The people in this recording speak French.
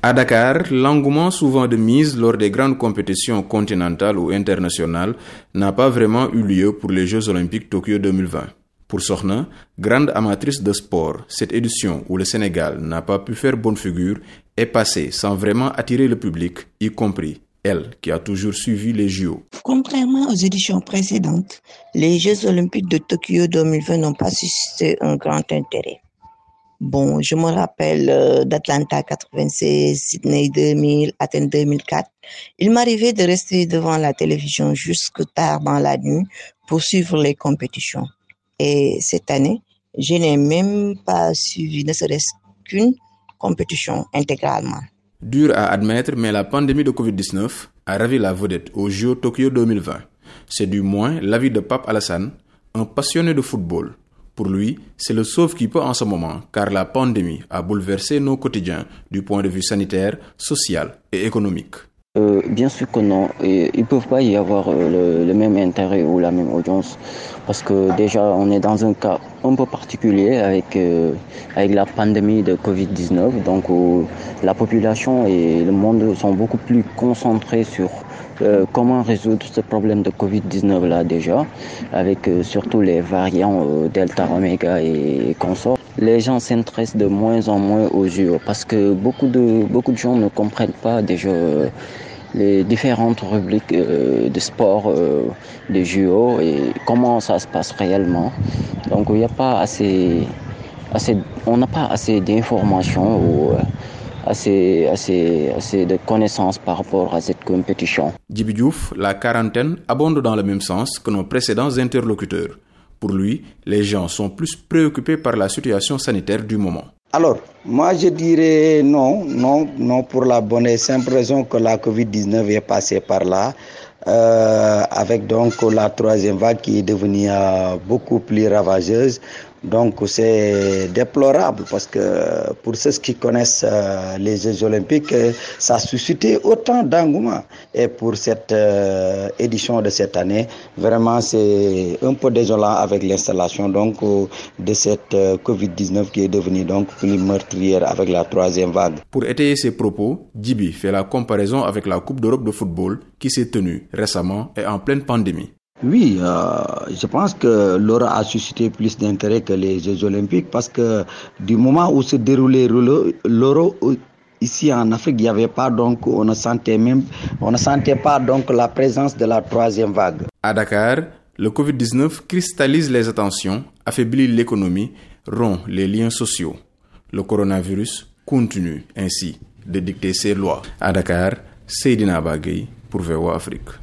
À Dakar, l'engouement souvent de mise lors des grandes compétitions continentales ou internationales n'a pas vraiment eu lieu pour les Jeux Olympiques Tokyo 2020. Pour Sokhna, grande amatrice de sport, cette édition où le Sénégal n'a pas pu faire bonne figure est passée sans vraiment attirer le public, y compris elle qui a toujours suivi les JO. Contrairement aux éditions précédentes, les Jeux Olympiques de Tokyo 2020 n'ont pas suscité un grand intérêt. Bon, je me rappelle d'Atlanta 96, Sydney 2000, Athènes 2004. Il m'arrivait de rester devant la télévision jusque tard dans la nuit pour suivre les compétitions. Et cette année, je n'ai même pas suivi ne serait-ce qu'une compétition intégralement. Dur à admettre, mais la pandémie de Covid-19 a ravi la vedette aux JO Tokyo 2020. C'est du moins l'avis de Pape Alassane, un passionné de football. Pour lui, c'est le sauve-qui-peut en ce moment, car la pandémie a bouleversé nos quotidiens du point de vue sanitaire, social et économique. Bien sûr que non, il ne peut pas y avoir le même intérêt ou la même audience, parce que déjà on est dans un cas un peu particulier avec la pandémie de Covid-19, donc la population et le monde sont beaucoup plus concentrés sur comment résoudre ce problème de Covid-19 là déjà, avec surtout les variants Delta, Omega et consorts. Les gens s'intéressent de moins en moins aux JO parce que beaucoup de gens ne comprennent pas déjà les différentes rubriques de sport des JO et comment ça se passe réellement. Donc il n'y a pas on n'a pas assez d'informations ou assez de connaissances par rapport à cette compétition. Djibi Diouf, la quarantaine abonde dans le même sens que nos précédents interlocuteurs. Pour lui, les gens sont plus préoccupés par la situation sanitaire du moment. Alors, moi je dirais non pour la bonne et simple raison que la Covid-19 est passée par là, avec donc la troisième vague qui est devenue beaucoup plus ravageuse. Donc c'est déplorable parce que pour ceux qui connaissent les Jeux Olympiques, ça a suscité autant d'engouement. Et pour cette édition de cette année, vraiment c'est un peu désolant avec l'installation donc de cette Covid-19 qui est devenue donc plus meurtrière avec la troisième vague. Pour étayer ses propos, Djibi fait la comparaison avec la Coupe d'Europe de football qui s'est tenue récemment et en pleine pandémie. Oui, je pense que l'Euro a suscité plus d'intérêt que les Jeux Olympiques parce que du moment où se déroulait l'Euro ici en Afrique, il n'y avait pas donc on ne sentait pas donc la présence de la troisième vague. À Dakar, le Covid-19 cristallise les attentions, affaiblit l'économie, rompt les liens sociaux. Le coronavirus continue ainsi de dicter ses lois. À Dakar, Seydina Bagay pour VOA Afrique.